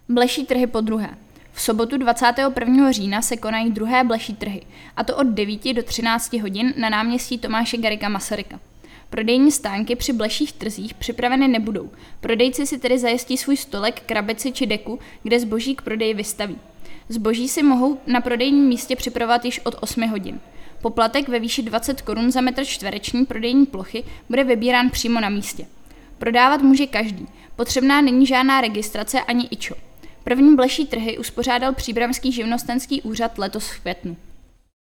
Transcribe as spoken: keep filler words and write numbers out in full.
Bleší trhy podruhé. V sobotu dvacátého prvního října se konají druhé bleší trhy, a to od devíti do třinácti hodin na náměstí Tomáše Garrigua Masaryka. Prodejní stánky při bleších trzích připraveny nebudou. Prodejci si tedy zajistí svůj stolek, krabici či deku, kde zboží k prodeji vystaví. Zboží si mohou na prodejním místě připravovat již od osmi hodin. Poplatek ve výši dvacet korun za metr čtvereční prodejní plochy bude vybírán přímo na místě. Prodávat může každý. Potřebná není žádná registrace ani ičo. První bleší trhy uspořádal Příbramský živnostenský úřad letos v květnu.